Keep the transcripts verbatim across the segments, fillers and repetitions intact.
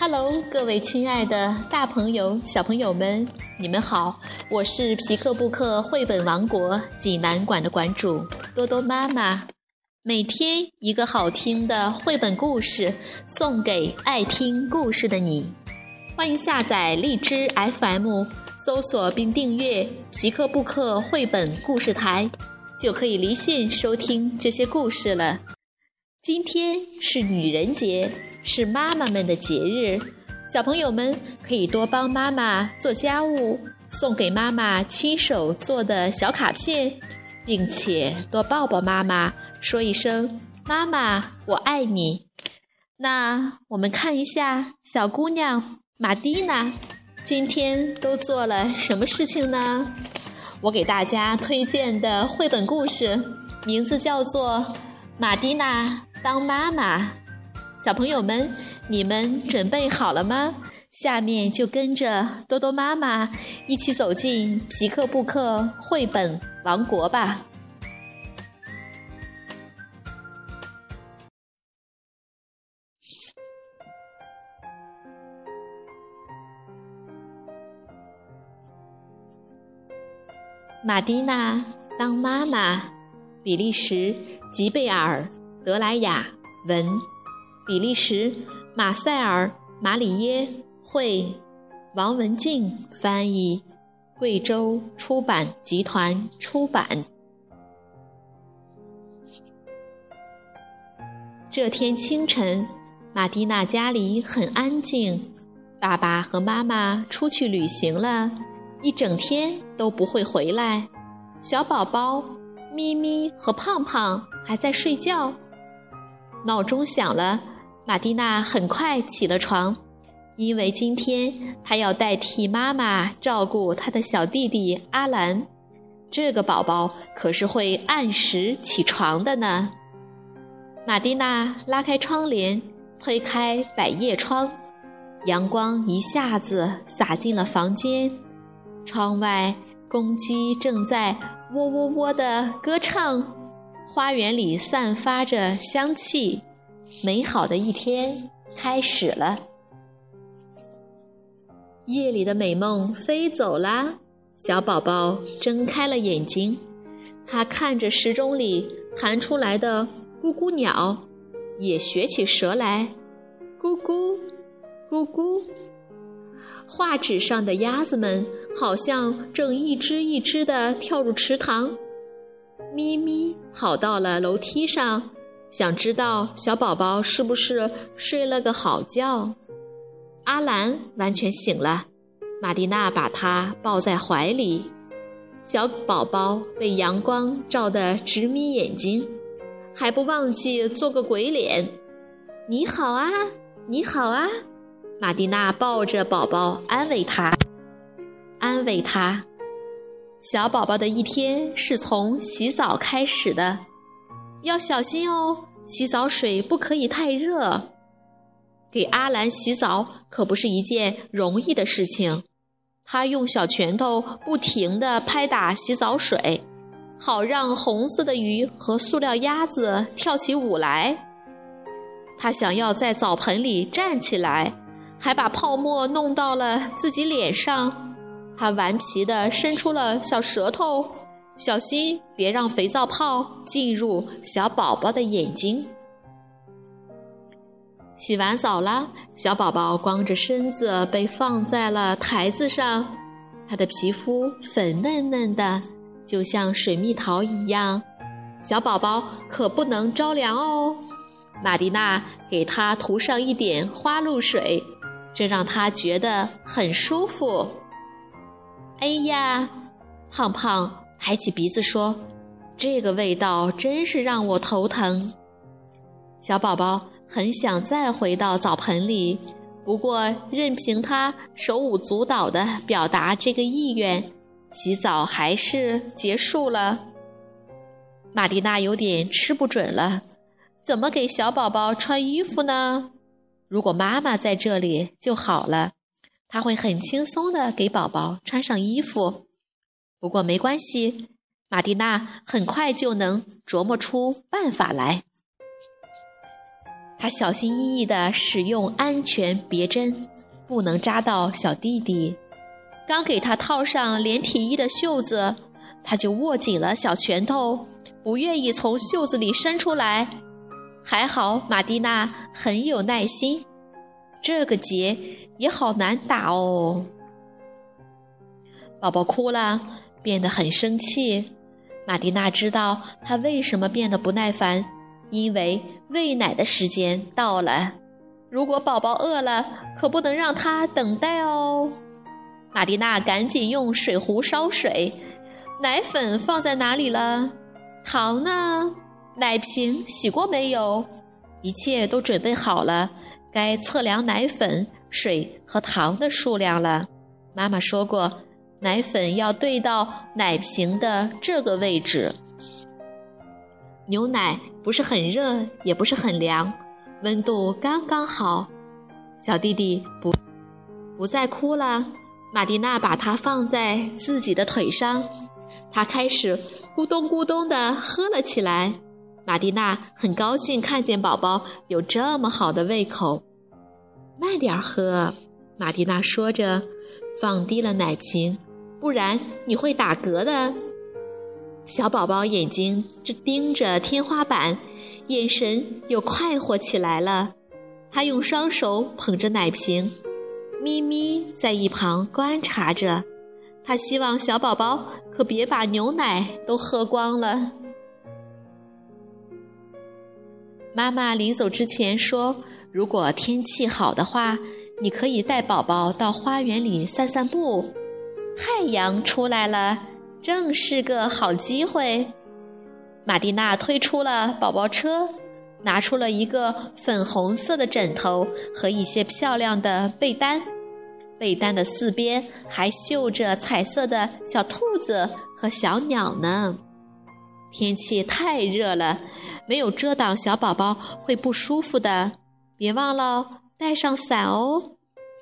Hello， 各位亲爱的大朋友、小朋友们，你们好！我是皮克布克绘本王国济南馆的馆主多多妈妈。每天一个好听的绘本故事，送给爱听故事的你。欢迎下载荔枝 F M， 搜索并订阅皮克布克绘本故事台，就可以离线收听这些故事了。今天是女人节，是妈妈们的节日，小朋友们可以多帮妈妈做家务，送给妈妈亲手做的小卡片，并且多抱抱妈妈，说一声妈妈我爱你。那我们看一下小姑娘玛蒂娜今天都做了什么事情呢？我给大家推荐的绘本故事名字叫做玛蒂娜当妈妈。小朋友们，你们准备好了吗？下面就跟着多多妈妈一起走进皮克布克绘本王国吧。玛蒂娜当妈妈，比利时吉贝尔德莱雅文，比利时马塞尔马里耶绘，王文静翻译，贵州出版集团出版。这天清晨，玛蒂娜家里很安静，爸爸和妈妈出去旅行了，一整天都不会回来。小宝宝咪咪和胖胖还在睡觉。闹钟响了，玛蒂娜很快起了床，因为今天她要代替妈妈照顾她的小弟弟阿兰。这个宝宝可是会按时起床的呢。玛蒂娜拉开窗帘，推开百叶窗，阳光一下子洒进了房间。窗外公鸡正在喔喔喔地歌唱，花园里散发着香气，美好的一天开始了。夜里的美梦飞走啦，小宝宝睁开了眼睛，他看着时钟里弹出来的咕咕鸟，也学起舌来，咕咕咕咕。画纸上的鸭子们好像正一只一只地跳入池塘。咪咪跑到了楼梯上，想知道小宝宝是不是睡了个好觉。阿兰完全醒了，玛蒂娜把他抱在怀里。小宝宝被阳光照得直眯眼睛，还不忘记做个鬼脸。你好啊，你好啊，玛蒂娜抱着宝宝安慰他，安慰他。小宝宝的一天是从洗澡开始的，要小心哦，洗澡水不可以太热。给阿兰洗澡可不是一件容易的事情，他用小拳头不停地拍打洗澡水，好让红色的鱼和塑料鸭子跳起舞来。他想要在澡盆里站起来，还把泡沫弄到了自己脸上。他顽皮地伸出了小舌头，小心别让肥皂泡进入小宝宝的眼睛。洗完澡了，小宝宝光着身子被放在了台子上，他的皮肤粉嫩嫩的，就像水蜜桃一样。小宝宝可不能着凉哦。玛蒂娜给他涂上一点花露水，这让他觉得很舒服。哎呀，胖胖抬起鼻子说，这个味道真是让我头疼。小宝宝很想再回到澡盆里，不过任凭他手舞足蹈地表达这个意愿，洗澡还是结束了。玛蒂娜有点吃不准了，怎么给小宝宝穿衣服呢？如果妈妈在这里就好了，她会很轻松地给宝宝穿上衣服。不过没关系，玛蒂娜很快就能琢磨出办法来。 他小心翼翼地使用安全别针，不能扎到小弟弟。刚给他套上连体衣的袖子，他就握紧了小拳头，不愿意从袖子里伸出来。还好玛蒂娜很有耐心，这个结也好难打哦。宝宝哭了，变得很生气。玛蒂娜知道他为什么变得不耐烦，因为喂奶的时间到了。如果宝宝饿了，可不能让他等待哦。玛蒂娜赶紧用水壶烧水，奶粉放在哪里了？糖呢？奶瓶洗过没有？一切都准备好了，该测量奶粉、水和糖的数量了。妈妈说过，奶粉要兑到奶瓶的这个位置。牛奶不是很热，也不是很凉，温度刚刚好。小弟弟不不再哭了，玛蒂娜把它放在自己的腿上，他开始咕咚咕咚地喝了起来。玛蒂娜很高兴看见宝宝有这么好的胃口。慢点喝，玛蒂娜说着，放低了奶瓶，不然你会打嗝的。小宝宝眼睛盯着天花板，眼神又快活起来了。他用双手捧着奶瓶，咪咪在一旁观察着。他希望小宝宝可别把牛奶都喝光了。妈妈临走之前说，如果天气好的话，你可以带宝宝到花园里散散步。太阳出来了，正是个好机会。玛蒂娜推出了宝宝车，拿出了一个粉红色的枕头和一些漂亮的被单，被单的四边还绣着彩色的小兔子和小鸟呢。天气太热了，没有遮挡小宝宝会不舒服的，别忘了带上伞哦。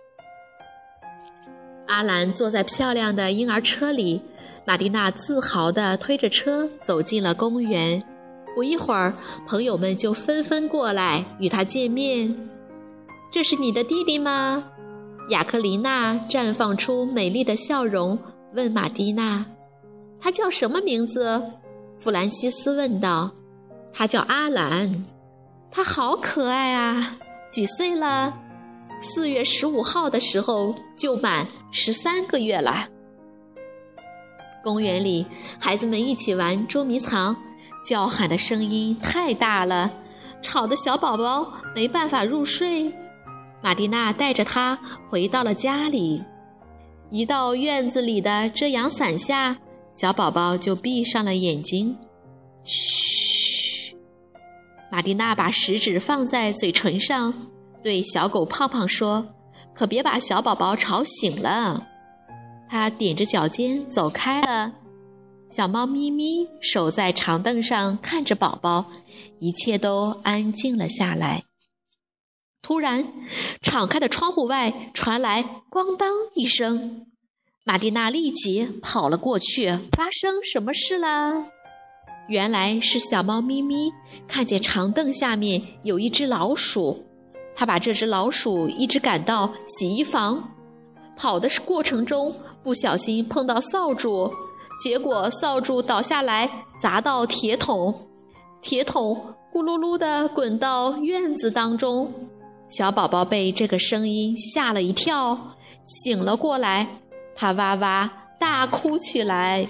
阿兰坐在漂亮的婴儿车里，玛蒂娜自豪地推着车走进了公园。不一会儿，朋友们就纷纷过来与她见面。这是你的弟弟吗？雅克琳娜绽放出美丽的笑容，问玛蒂娜：“他叫什么名字？”弗兰西斯问道。“他叫阿兰。”“他好可爱啊！几岁了？”“四月十五号的时候就满十三个月了。”公园里，孩子们一起玩捉迷藏，叫喊的声音太大了，吵得小宝宝没办法入睡。玛蒂娜带着他回到了家里，一到院子里的遮阳伞下，小宝宝就闭上了眼睛。嘘，玛蒂娜把食指放在嘴唇上，对小狗胖胖说：“可别把小宝宝吵醒了。”她踮着脚尖走开了。小猫咪咪守在长凳上看着宝宝，一切都安静了下来。突然，敞开的窗户外传来咣当一声，玛蒂娜立即跑了过去。发生什么事了？原来是小猫咪咪看见长凳下面有一只老鼠，它把这只老鼠一直赶到洗衣房，跑的过程中不小心碰到扫帚，结果扫帚倒下来砸到铁桶，铁桶咕噜噜地滚到院子当中。小宝宝被这个声音吓了一跳，醒了过来，他哇哇大哭起来。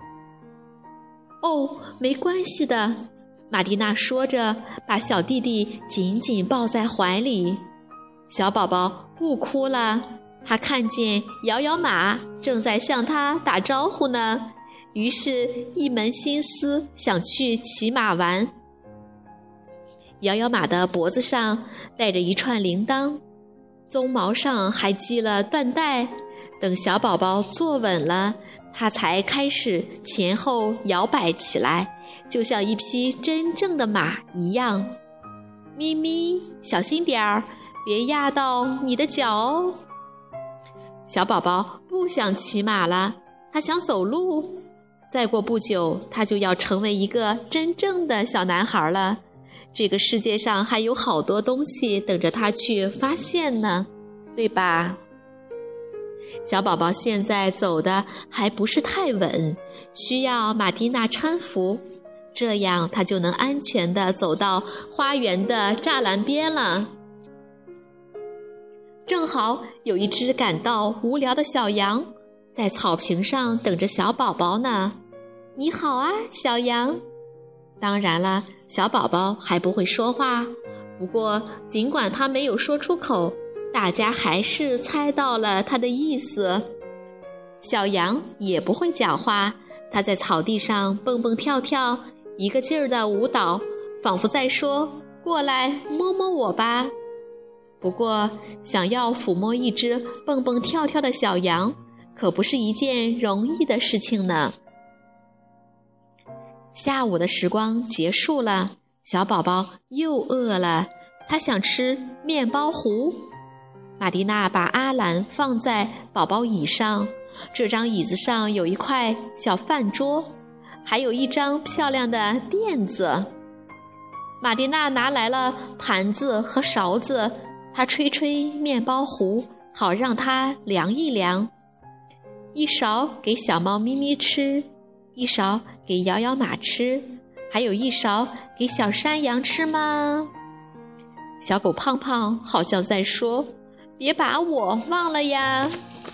哦，没关系的，玛蒂娜说着，把小弟弟紧紧抱在怀里。小宝宝不哭了，他看见摇摇马正在向他打招呼呢，于是一门心思想去骑马玩。摇摇马的脖子上带着一串铃铛，鬃毛上还系了缎带。等小宝宝坐稳了，他才开始前后摇摆起来，就像一匹真正的马一样。咪咪，小心点儿，别压到你的脚哦。小宝宝不想骑马了，他想走路。再过不久，他就要成为一个真正的小男孩了。 这个世界上还有好多东西等着他去发现呢，对吧？小宝宝现在走的还不是太稳，需要马蒂娜搀扶，这样他就能安全地走到花园的栅栏边了。正好有一只感到无聊的小羊在草坪上等着小宝宝呢。你好啊，小羊。当然了，小宝宝还不会说话，不过尽管他没有说出口，大家还是猜到了他的意思。小羊也不会讲话，他在草地上蹦蹦跳跳，一个劲儿的舞蹈，仿佛在说：过来摸摸我吧。不过想要抚摸一只蹦蹦跳跳的小羊，可不是一件容易的事情呢。下午的时光结束了，小宝宝又饿了，他想吃面包糊。马蒂娜把阿兰放在宝宝椅上，这张椅子上有一块小饭桌，还有一张漂亮的垫子。马蒂娜拿来了盘子和勺子，她吹吹面包糊，好让它凉一凉。一勺给小猫咪咪吃，一勺给摇摇马吃，还有一勺给小山羊吃吗？小狗胖胖好像在说：别把我忘了呀。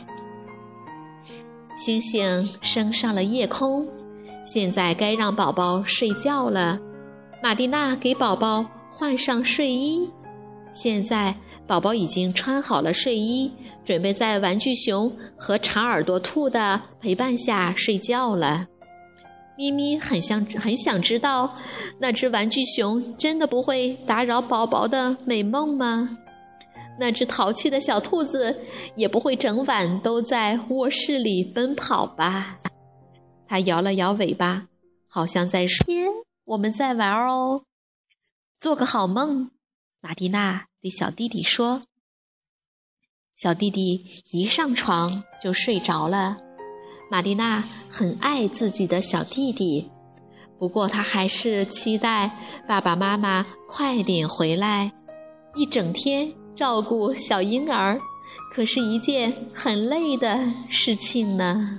星星升上了夜空，现在该让宝宝睡觉了。马蒂娜给宝宝换上睡衣，现在宝宝已经穿好了睡衣，准备在玩具熊和长耳朵兔的陪伴下睡觉了。咪咪很想很想知道，那只玩具熊真的不会打扰宝宝的美梦吗？那只淘气的小兔子也不会整晚都在卧室里奔跑吧？它摇了摇尾巴，好像在说：我们在玩哦。做个好梦，马蒂娜对小弟弟说。小弟弟一上床就睡着了。马蒂娜很爱自己的小弟弟，不过她还是期待爸爸妈妈快点回来。一整天照顾小婴儿，可是一件很累的事情呢。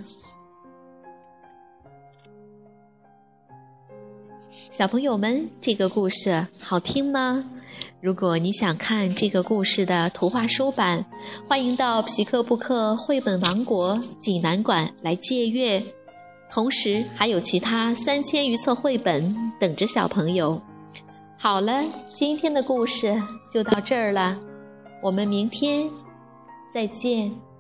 小朋友们，这个故事好听吗？如果你想看这个故事的图画书版，欢迎到皮克布克绘本王国济南馆来借阅，同时还有其他三千余册绘本等着小朋友。好了，今天的故事就到这儿了，我们明天再见。